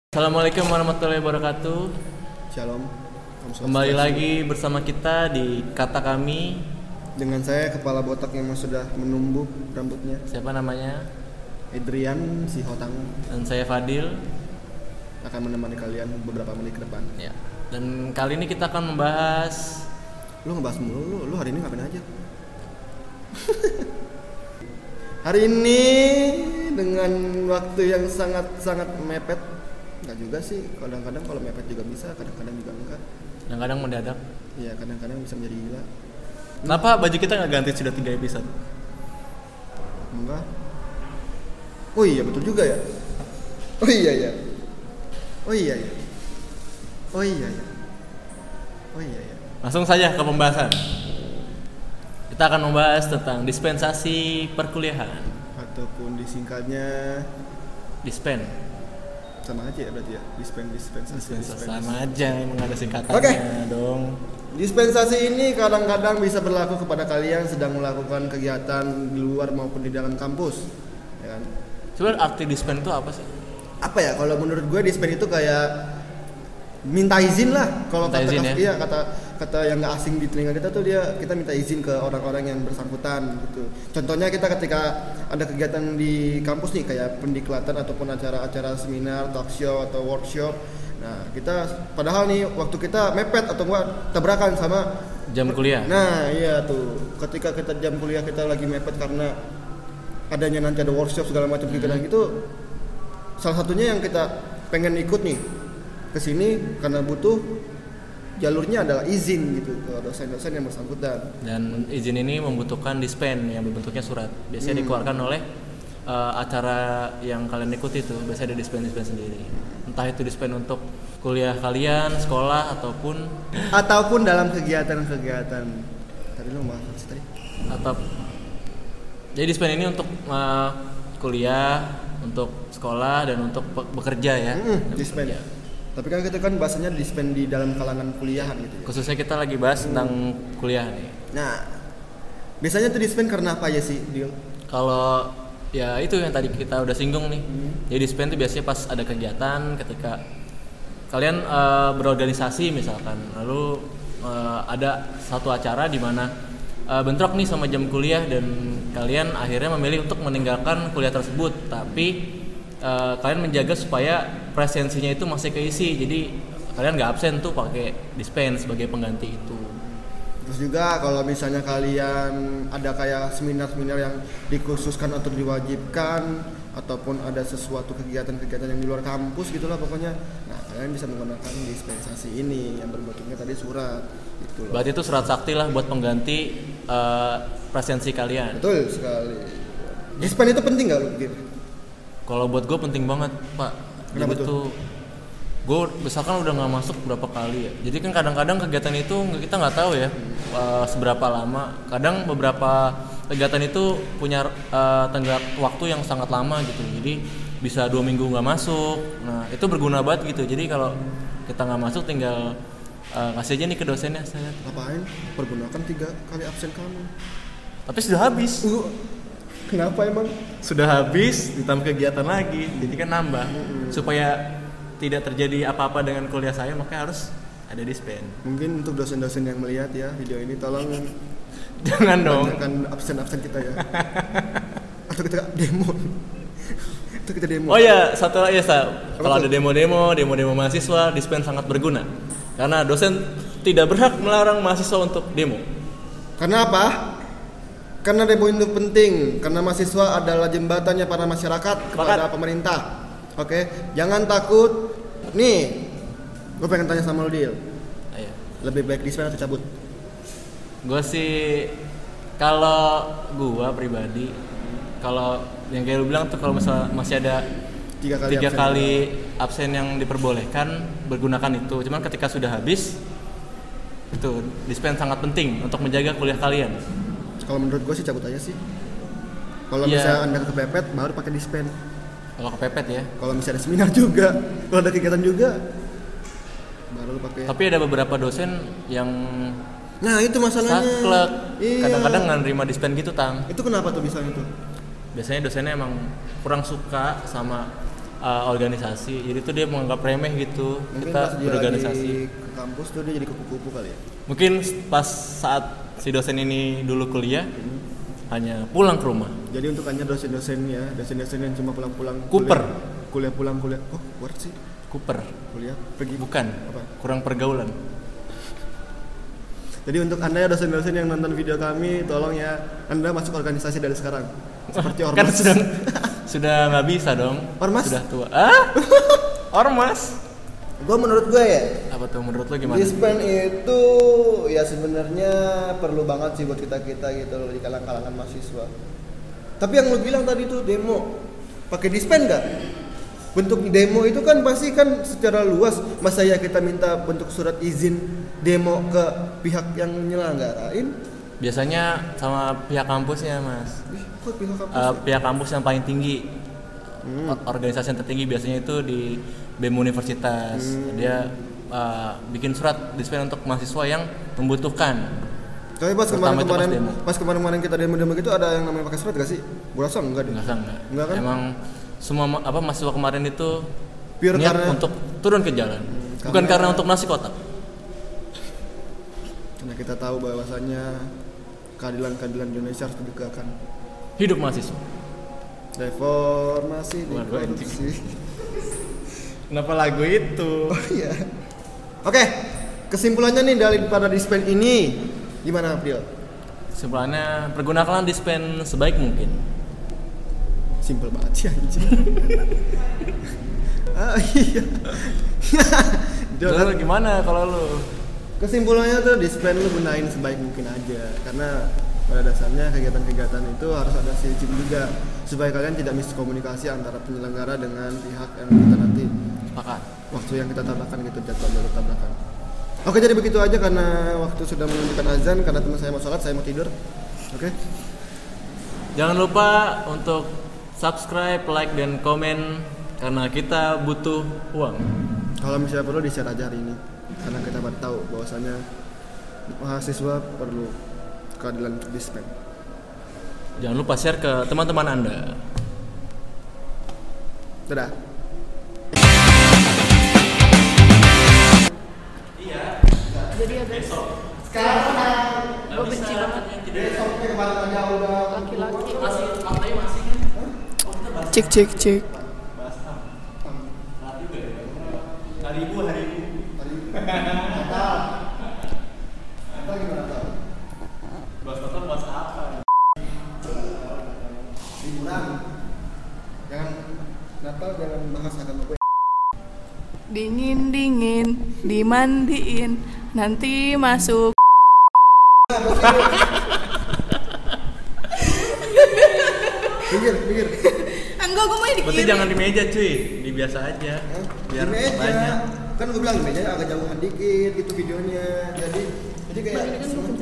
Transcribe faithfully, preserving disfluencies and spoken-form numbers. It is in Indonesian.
Assalamualaikum warahmatullahi wabarakatuh. Shalom. Kembali lagi bersama kita di Kata Kami. Dengan saya kepala botak yang sudah menumbuk rambutnya. Siapa namanya? Adrian si Hotang. Dan saya Fadil. Akan menemani kalian beberapa menit ke depan. Ya. Dan kali ini kita akan membahas. Lu ngebahas mulu, lu, lu hari ini ngapain aja? Hari ini dengan waktu yang sangat-sangat mepet. Enggak juga sih, kadang-kadang kalau mepet juga bisa, kadang-kadang juga enggak. Kadang-kadang mendadak. Iya, kadang-kadang bisa menjadi gila. Kenapa baju kita nggak ganti sudah tiga episode? Enggak. Oh iya, betul juga ya. Oh iya ya. Oh iya ya. Oh iya ya. Oh iya ya. Langsung saja ke pembahasan. Kita akan membahas tentang dispensasi perkuliahan. Ataupun disingkatnya Dispen. sama aja ya berarti ya, dispen dispensasi, Dispensasi sama aja, emang ada singkatannya Oke. dong. Dispensasi ini kadang-kadang bisa berlaku kepada kalian sedang melakukan kegiatan di luar maupun di dalam kampus, ya kan? Sebenarnya arti dispen itu apa sih? Apa ya? Kalau menurut gue dispen itu kayak minta izin lah. Kalau Minta kata izin, kata- ya? iya kata kata yang nggak asing di telinga kita tuh dia kita minta izin ke orang-orang yang bersangkutan gitu. Contohnya kita ketika ada kegiatan di kampus nih kayak pendiklatan ataupun acara-acara seminar, talk show atau workshop. Nah, kita padahal nih waktu kita mepet atau enggak tabrakan sama Jam kuliah. Nah, iya tuh. Ketika kita jam kuliah kita lagi mepet karena adanya nanti ada workshop segala macam kegiatan gitu. Salah satunya yang kita pengen ikut nih ke sini karena butuh jalurnya adalah izin gitu ke dosen-dosen yang bersangkutan. Dan izin ini membutuhkan dispen yang berbentuknya surat. Biasanya Hmm. dikeluarkan oleh uh, acara yang kalian ikuti itu. Biasanya ada dispen-dispen sendiri. Entah itu dispen untuk kuliah kalian, sekolah ataupun Ataupun dalam kegiatan-kegiatan. Tadi lu mau apa sih tadi? atau jadi dispen ini untuk uh, kuliah, untuk sekolah dan untuk pe- bekerja ya. Mm-mm, Dan dispen. bekerja. Tapi kan kita kan bahasanya dispen di dalam kalangan kuliahan gitu ya. Khususnya kita lagi bahas tentang kuliah nih. Nah, biasanya tuh dispen karena apa aja sih, Dil? Kalau ya itu yang tadi kita udah singgung nih. Hmm. Jadi dispen itu biasanya pas ada kegiatan ketika kalian uh, berorganisasi misalkan, lalu uh, ada satu acara di mana uh, bentrok nih sama jam kuliah dan kalian akhirnya memilih untuk meninggalkan kuliah tersebut, tapi uh, kalian menjaga supaya presensinya itu masih keisi. Jadi kalian nggak absen tuh pakai dispen sebagai pengganti itu. Terus juga kalau misalnya kalian ada kayak seminar-seminar yang dikhususkan atau diwajibkan ataupun ada sesuatu kegiatan-kegiatan yang di luar kampus gitulah pokoknya. Nah, kalian bisa menggunakan dispensasi ini yang berbentuknya tadi surat gitu loh. Berarti itu surat sakti lah buat pengganti uh, presensi kalian. Betul sekali. Dispen itu penting nggak lu pikir? Kalau buat gue penting banget, Pak. Kenapa Jadi tuh? tuh gue misalkan udah nggak masuk berapa kali ya. Jadi kan kadang-kadang kegiatan itu nggak- kita nggak tahu ya uh, seberapa lama. Kadang beberapa kegiatan itu punya uh, tenggat waktu yang sangat lama gitu. Jadi bisa dua minggu nggak masuk. Nah itu berguna banget gitu. Jadi kalau kita nggak masuk tinggal uh, kasih aja nih ke dosennya. Saya. Ngapain? Pergunakan tiga kali absen kamu. Tapi sudah habis. Uh, kenapa emang? Sudah habis ditambah kegiatan lagi, jadi kan nambah. Mm-hmm. Supaya tidak terjadi apa-apa dengan kuliah saya, maka harus ada dispen. Mungkin untuk dosen-dosen yang melihat ya video ini tolong Jangan dong. banyakkan absen-absen kita ya. Atau kita demo. Atau kita demo. Oh ya, satu lagi ya, Sa. Kalau tuh? ada demo-demo, demo-demo mahasiswa, dispen sangat berguna. Karena dosen tidak berhak melarang mahasiswa untuk demo. Karena apa? Karena demo itu penting. Karena mahasiswa adalah jembatannya para masyarakat kepada Sepakat. pemerintah. Oke, jangan takut. Nih, gue pengen tanya sama lu, Dil. Ayo. Lebih baik dispen atau cabut? Gue sih, kalau gua pribadi, kalau yang kayak lu bilang tuh kalau misalnya masih ada Tiga kali tiga absen. kali absen yang diperbolehkan, bergunakan itu. Cuman ketika sudah habis, itu dispen sangat penting untuk menjaga kuliah kalian. Kalau menurut gue sih cabut aja sih. Kalau Iya. misalnya anda kepepet, baru pakai dispen. Kalau kepepet ya. Kalau misalnya ada seminar juga, kalau ada kegiatan juga, baru lu pakai. Tapi ada beberapa dosen yang Nah itu masalahnya. saklek, Iya. kadang-kadang nggak nerima dispen gitu, Tang. Itu kenapa tuh misalnya tuh? Biasanya dosennya emang kurang suka sama uh, organisasi. Jadi tuh dia menganggap remeh gitu. Mungkin kita pas dia berorganisasi. lagi ke kampus tuh dia jadi kupu-kupu kali ya. Mungkin pas saat si dosen ini dulu kuliah hmm. hanya pulang ke rumah. Jadi untuk hanya dosen-dosen ya, dosen-dosen yang cuma pulang-pulang Cooper. Kuliah, kuliah pulang kuliah. Oh, word sih. Cooper. Kuliah pergi. Bukan. Apa? Kurang pergaulan. Jadi untuk Anda ya dosen-dosen yang nonton video kami, tolong ya Anda masuk organisasi dari sekarang. Seperti Ormas. Kan sudah sudah nggak bisa dong. Ormas? Sudah tua. Ah? Ormas? Gue menurut gue ya. Apa tuh menurut lo gimana? Dispen itu ya sebenarnya perlu banget sih buat kita kita gitu loh di kalangan-kalangan mahasiswa. Tapi yang lo bilang tadi tuh demo, pakai dispen nggak? Bentuk demo itu kan pasti kan secara luas. Masa ya kita minta bentuk surat izin demo ke pihak yang menyelenggarain? Biasanya sama pihak kampusnya, Mas. Ih, kok pihak kampus? Uh, ya? Pihak kampus yang paling tinggi. Hmm. Organisasi yang tertinggi biasanya itu di B E M Universitas. Hmm. Dia uh, bikin surat dispen untuk mahasiswa yang membutuhkan. Tapi pas kemarin-kemarin pas kemarin-kemarin kita demo-demo gitu ada yang namanya pakai surat gak sih? Gue rasa enggak deh. Enggak, enggak. Enggak kan? Emang semua apa mahasiswa kemarin itu pure niat karena untuk turun ke jalan. Hmm, bukan karena, karena untuk nasi kotak. Karena kita tahu bahwasannya keadilan-keadilan Indonesia harus ditegakkan. Hidup mahasiswa. Reformasi di korupsi. Kenapa lagu itu? Oh iya. Oke, kesimpulannya nih dari pada dispen ini gimana, April? Kesimpulannya pergunakanlah dispen sebaik mungkin. Simpel banget sih anjing. Ah iya. Lalu gimana kalau lu? Kesimpulannya tuh dispen lu gunain sebaik mungkin aja karena pada dasarnya kegiatan-kegiatan itu harus ada sistem juga supaya kalian tidak miskomunikasi antara penyelenggara dengan pihak yang kita nanti sepakat waktu yang kita tabrakan gitu jadwal baru tabrakan. Oke, jadi begitu aja karena waktu sudah menunjukkan azan karena teman saya mau sholat, saya mau tidur. Oke. Jangan lupa untuk subscribe, like dan komen karena kita butuh uang. Kalau misalnya perlu di-share aja hari ini karena kita baru tahu bahwasannya mahasiswa perlu keadilan untuk dispen. Jangan lupa share ke teman-teman Anda. Dadah. Iya. Jadi ada besok. Sekarang gue benci banget. Besok kemarin aja udah Laki-laki. Masih lantai masih kan? Oh, kita bahas. Cek cek cek. Bahas ham. Hari juga ya. Hari ibu, hari ibu. Natal. Natal gimana Natal? Bahas Natal bahas apa? Liburan. Jangan Natal jangan bahas agama gue. Dingin dingin, dimandiin, nanti masuk. Pikir, pikir. Enggak, gue mau di Berarti kiri. jangan di meja cuy, di biasa aja. Biar Di meja. banyak. Kan gue bilang di meja agak jauhan dikit gitu videonya. Jadi jadi kayak